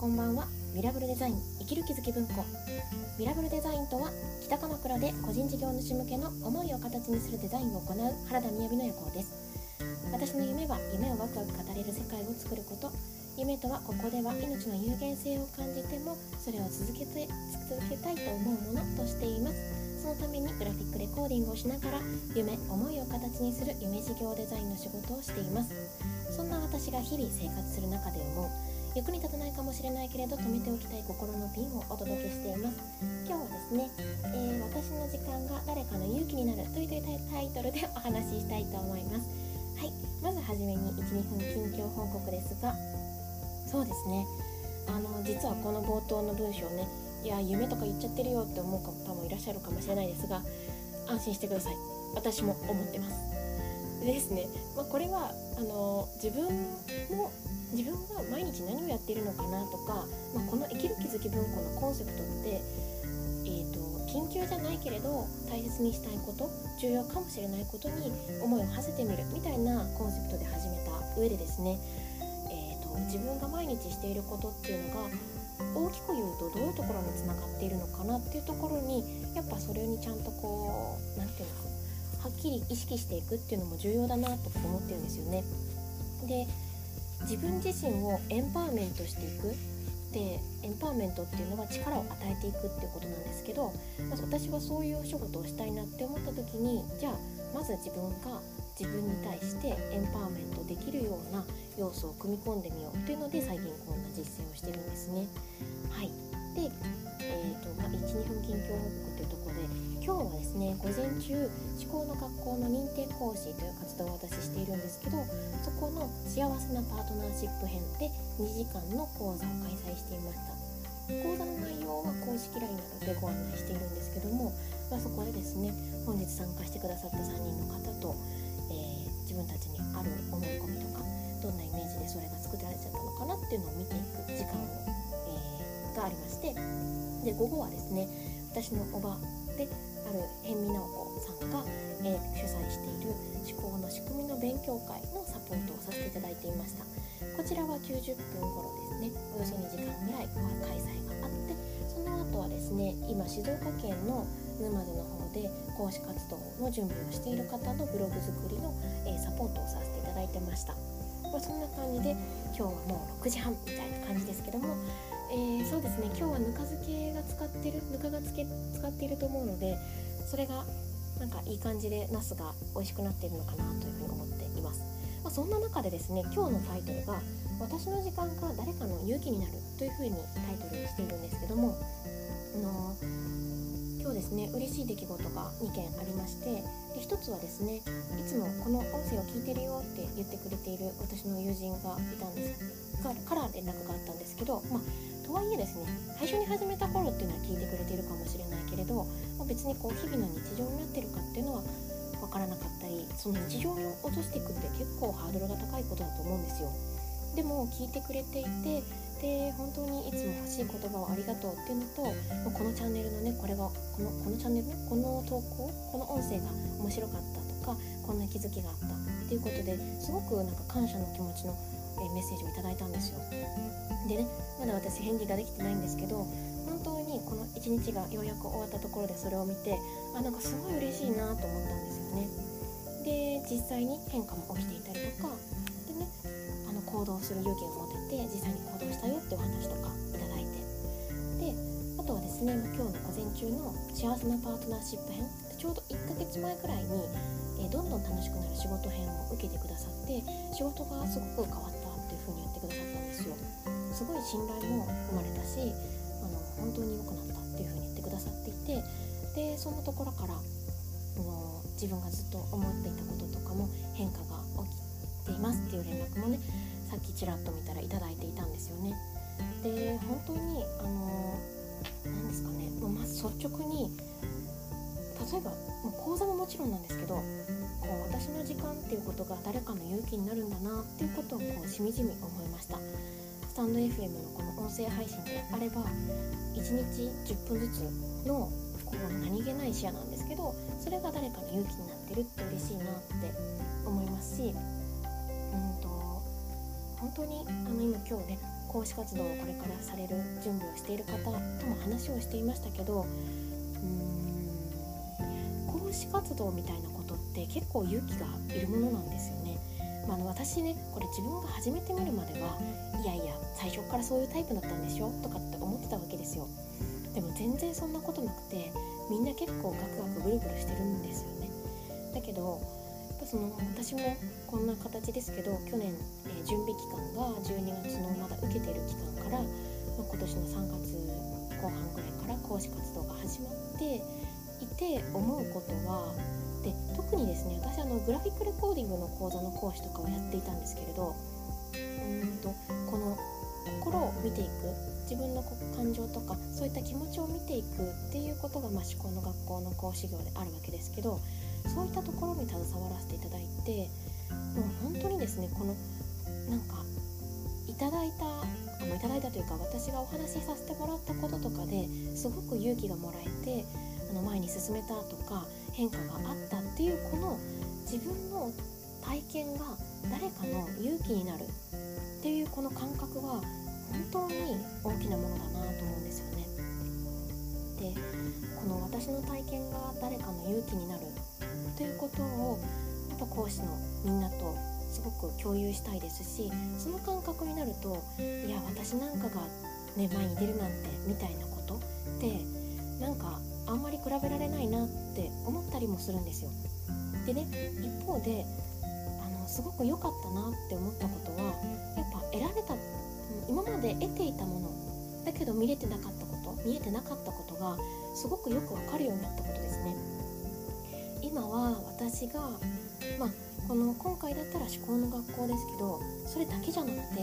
こんばんは。ミラブルデザイン生きる気づき文庫。ミラブルデザインとは、北鎌倉で個人事業主向けの思いを形にするデザインを行う原田みやびの夜行です。私の夢は夢をワクワク語れる世界を作ること。夢とは、ここでは命の有限性を感じてもそれを続けたいと思うものとしています。そのためにグラフィックレコーディングをしながら夢、思いを形にする夢事業デザインの仕事をしています。そんな私が日々生活する中で思う、役に立たないかもしれないけれど止めておきたい心のピンをお届けしています。今日はですね、私の時間が誰かの勇気になるというタイトルでお話ししたいと思います。はい、まずはじめに 1,2 分近況報告ですが、そうですね、実はこの冒頭の文章ね、いや夢とか言っちゃってるよって思う方もいらっしゃるかもしれないですが、安心してください。私も思ってますですね。これは自分が毎日何をやっているのかなとか、この生きる気づき文庫のコンセプトって、緊急じゃないけれど大切にしたいこと、重要かもしれないことに思いを馳せてみるみたいなコンセプトで始めた上でですね、自分が毎日していることっていうのが大きく言うとどういうところにつながっているのかなっていうところに、やっぱそれにちゃんとなんていうのか、はっきり意識していくっていうのも重要だなと思ってるんですよね。で、自分自身をエンパワーメントしていく。で、エンパワーメントっていうのは力を与えていくっていうことなんですけど、まず私はそういうお仕事をしたいなって思った時に、じゃあまず自分が自分に対してエンパワーメントできるような要素を組み込んでみようというので、最近こんな実践をしてるんですね。はい。で、1,2 分近況報告というところで、今日はですね、午前中思考の学校の認定講師という活動を私しているんですけど、そこの幸せなパートナーシップ編で2時間の講座を開催していました。講座の内容は公式 LINE などでご案内しているんですけども、そこでですね、本日参加してくださった3人の方と、自分たちにある思い込みとか、どんなイメージでそれが作られちゃったのかなっていうのを見ていく時間がありまして、で午後はですね、私のおばである辺見直子さんが、主催している思考の仕組みの勉強会のサポートをさせていただいていました。こちらは90分頃ですね、およそ2時間ぐらい開催があって、その後はですね、今静岡県の沼津の方で講師活動の準備をしている方のブログ作りの、サポートをさせていただいてました。そんな感じで今日はもう6時半みたいな感じですけども、そうですね、今日はぬか漬けが使っていると思うので、それがなんかいい感じでナスが美味しくなっているのかなというふうに思っています。そんな中でですね、今日のタイトルが私の時間が誰かの勇気になるというふうにタイトルにしているんですけども、今日ですね、嬉しい出来事が2件ありまして、で1つはですね、いつもこの音声を聞いてるよって言ってくれている私の友人がいたんですから連絡があったんですけど、とはいえですね、最初に始めた頃っていうのは聞いてくれているかもしれないけれど、別に日々の日常になってるかっていうのは分からなかったり、その日常に落としていくって結構ハードルが高いことだと思うんですよ。でも聞いてくれていて、で本当にいつも欲しい言葉をありがとうっていうのと、このチャンネルのね、このチャンネルね、この投稿、この音声が面白かったとか、こんな気づきがあったっていうことで、すごく感謝の気持ちのメッセージをいただいたんですよ。でね、まだ私返事ができてないんですけど、本当にこの一日がようやく終わったところでそれを見て、すごい嬉しいなと思ったんですよね。で、実際に変化も起きていたりとかでね、行動する勇気を持てて実際に行動したよってお話とかいただいて、であとはですね、今日の午前中の幸せなパートナーシップ編、ちょうど1ヶ月前くらいに、どんどん楽しくなる仕事編を受けてくださって、仕事がすごく変わったっていう風に言ってくださったんですよ。すごい信頼も生まれたし、本当に良くなったっていう風に言ってくださっていて、でそんなところから自分がずっと思っていたこととかも変化が起きていますっていう連絡もね、さっきちらっと見たらいただいていたんですよね。で本当に何ですかね、まず率直に、例えば講座ももちろんなんですけど、私の時間っていうことが誰かの勇気になるんだなっていうことをしみじみ思いました。スタンド FM のこの音声配信であれば1日10分ずつの何気ないシェアなんですけど、それが誰かの勇気になってるって嬉しいなって思いますし、本当に今日ね講師活動をこれからされる準備をしている方とも話をしていましたけど、講師活動みたいなことって結構勇気がいるものなんですよね。私ねこれ自分が始めてみるまではいや最初からそういうタイプだったんでしょとかって思ってたわけですよ。でも全然そんなことなくて、みんな結構ガクガクブルブルしてるんですよね。だけど私もこんな形ですけど、去年、準備期間が12月のまだ受けている期間から、今年の3月後半ぐらいから講師活動が始まっていて思うことは、で特にですね私グラフィックレコーディングの講座の講師とかをやっていたんですけれど、この心を見ていく、自分の感情とかそういった気持ちを見ていくっていうことが、思考の学校の講師業であるわけですけど、そういったところに携わらせていただいて、もう本当にですねいただいたというか、私がお話しさせてもらったこととかですごく勇気がもらえて、前に進めたとか変化があったっていう、この自分の体験が誰かの勇気になるっていうこの感覚は本当に大きなものだなと思うんですよね。でこの私の体験が誰かの勇気になるということをやっぱ講師のみんなとすごく共有したいですし、その感覚になると、いや私なんかが、前に出るなんてみたいなことってあんまり比べられないなって思ったりもするんですよ。でね、一方ですごく良かったなって思ったことは、やっぱ得られた、今まで得ていたものだけど見えてなかったことがすごくよくわかるようになったことですね。今は私が今回だったら思考の学校ですけど、それだけじゃなくて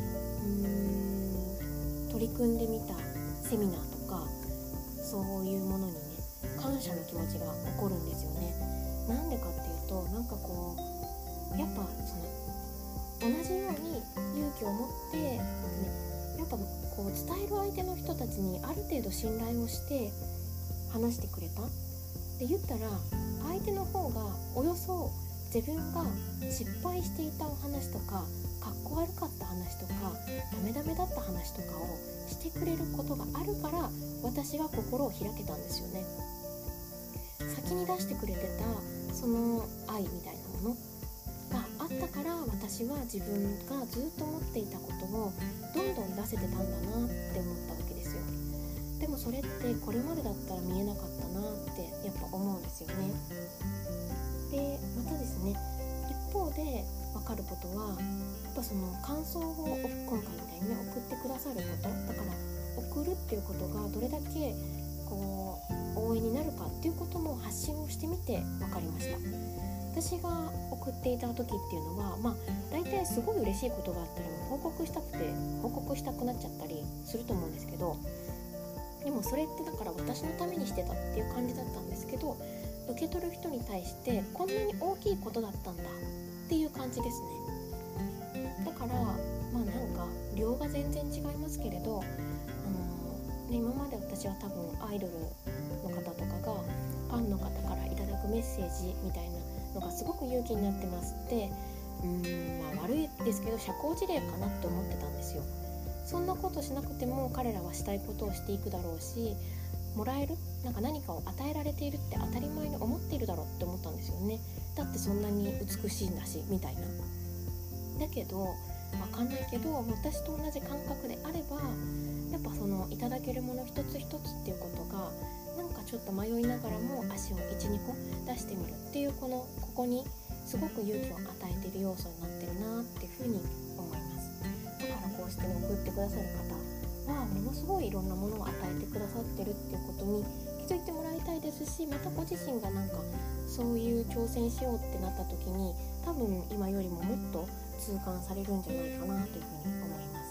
取り組んでみたセミナーとかそういうものにね感謝の気持ちが起こるんですよね。なんでかっていうとやっぱ同じように勇気を持って、やっぱ伝える相手の人たちにある程度信頼をして話してくれたって言ったら、相手の方がおよそ自分が失敗していたお話とかかっこ悪かった話とかダメダメだった話とかをしてくれることがあるから、私は心を開けたんですよね。先に出してくれてたその愛みたいなものがあったから、私は自分がずっと持っていたことをどんどん出せてたんだなって思ったわけですよ。でもそれってこれまでだったら見えなかったなってやっぱ思うんですよね。でまたですね、一方で分かることは、やっぱその感想を今回みたいにね送ってくださることだから、送るっていうことがどれだけ応援になるかっていうことも発信をしてみて分かりました。私が送っていた時っていうのは大体すごい嬉しいことがあったら報告したくなっちゃったりすると思うんですけど、でもそれってだから私のためにしてたっていう感じだったんですけど、受け取る人に対してこんなに大きいことだったんだっていう感じですね。だから量が全然違いますけれど、今まで私は多分アイドルの方とかがファンの方からいただくメッセージみたいなのがすごく勇気になってますって、悪いですけど社交辞令かなって思ってたんですよ。そんなことしなくても彼らはしたいことをしていくだろうし、もらえる何かを与えられているって当たり前に思っているだろうって思ったんですよね。だってそんなに美しいんだしみたいな。だけどわかんないけど、私と同じ感覚であればやっぱそのいただけるもの一つ一つっていうことがちょっと迷いながらも足を 1,2 個出してみるっていうここにすごく勇気を与えている要素になってるなっていうふうに思います。だからこうして送ってくださる方はものすごいいろんなものを与えてくださってるっていうことに気づいてもらいたいですし、またご自身がそういう挑戦しようってなった時に多分今よりももっと痛感されるんじゃないかなというふうに思います。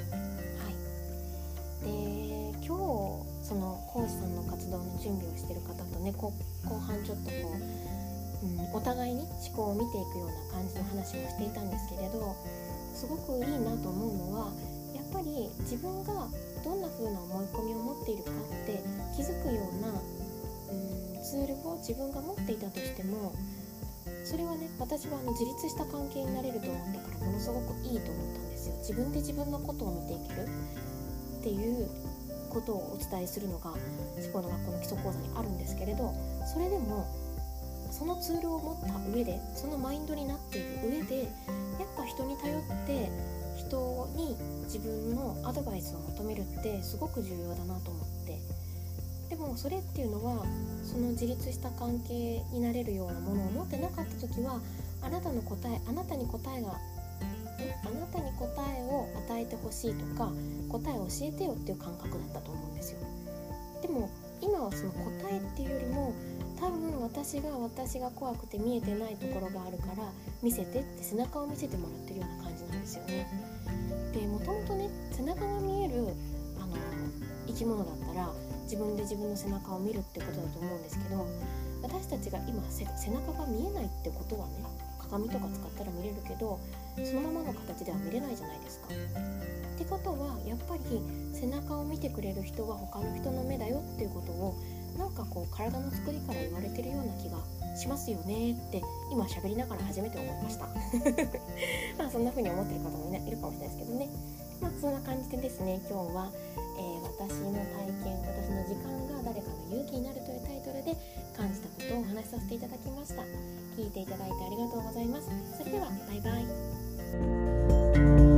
で今日その講師さんの活動の準備をしている方とね後半ちょっとお互いに思考を見ていくような感じの話もしていたんですけれど、すごくいいなと思うのは、やっぱり自分がどんな風な思い込みを持っているかって気づくようなツールを自分が持っていたとしても、それはね私は自立した関係になれると思ったからものすごくいいと思ったんですよ自分で自分のことを見ていけるっていうことをお伝えするのが思考の学校の基礎講座にあるんですけれど、それでもそのツールを持った上で、そのマインドになっている上で、やっぱ人に頼って人に自分のアドバイスを求めるってすごく重要だなと思って、でもそれっていうのはその自立した関係になれるようなものを持ってなかった時は、あなたに答えを与えてほしいとか、答えを教えてよっていう感覚だったと思うんですよ。でも今はその答えっていうよりも、多分私が怖くて見えてないところがあるから見せてって背中を見せてもらってるような感じなんですよね。で、もともとね、背中が見える生き物だったら自分で自分の背中を見るってことだと思うんですけど、私たちが今背中が見えないってことはね、鏡とか使ったら見れるけどそのままの形では見れないじゃないですか。ってことはやっぱり背中を見てくれる人は他の人の目だよっていうことをなんかこう体の作りから言われてるような気がしますよねって今喋りながら初めて思いましたまあそんな風に思ってる方もいるかもしれないですけどね。まあそんな感じでですね、今日は、私の体験、私の時間が誰かの勇気になるというタイトルで感じたことをお話しさせていただきました。聞いていただいてありがとうございます。それではバイバイ。